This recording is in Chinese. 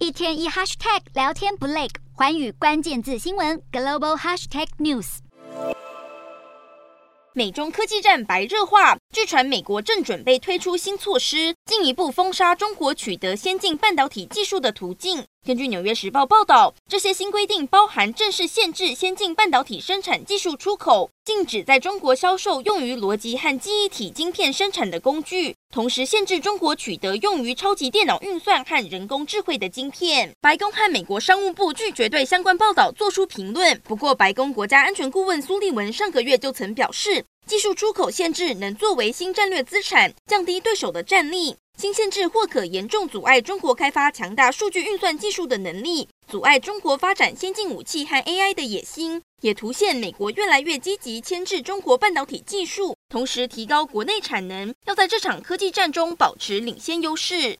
一天一 hashtag 聊天不累，寰宇关键字新闻 global hashtag news。 美中科技战白热化，据传美国正准备推出新措施，进一步封杀中国取得先进半导体技术的途径。根据《纽约时报》报道，这些新规定包含正式限制先进半导体生产技术出口，禁止在中国销售用于逻辑和记忆体晶片生产的工具，同时限制中国取得用于超级电脑运算和人工智慧的晶片。白宫和美国商务部拒绝对相关报道做出评论。不过，白宫国家安全顾问苏利文上个月就曾表示，技术出口限制能作为新战略资产，降低对手的战力。新限制或可严重阻碍中国开发强大数据运算技术的能力，阻碍中国发展先进武器和 AI 的野心，也凸显美国越来越积极牵制中国半导体技术，同时提高国内产能，要在这场科技战中保持领先优势。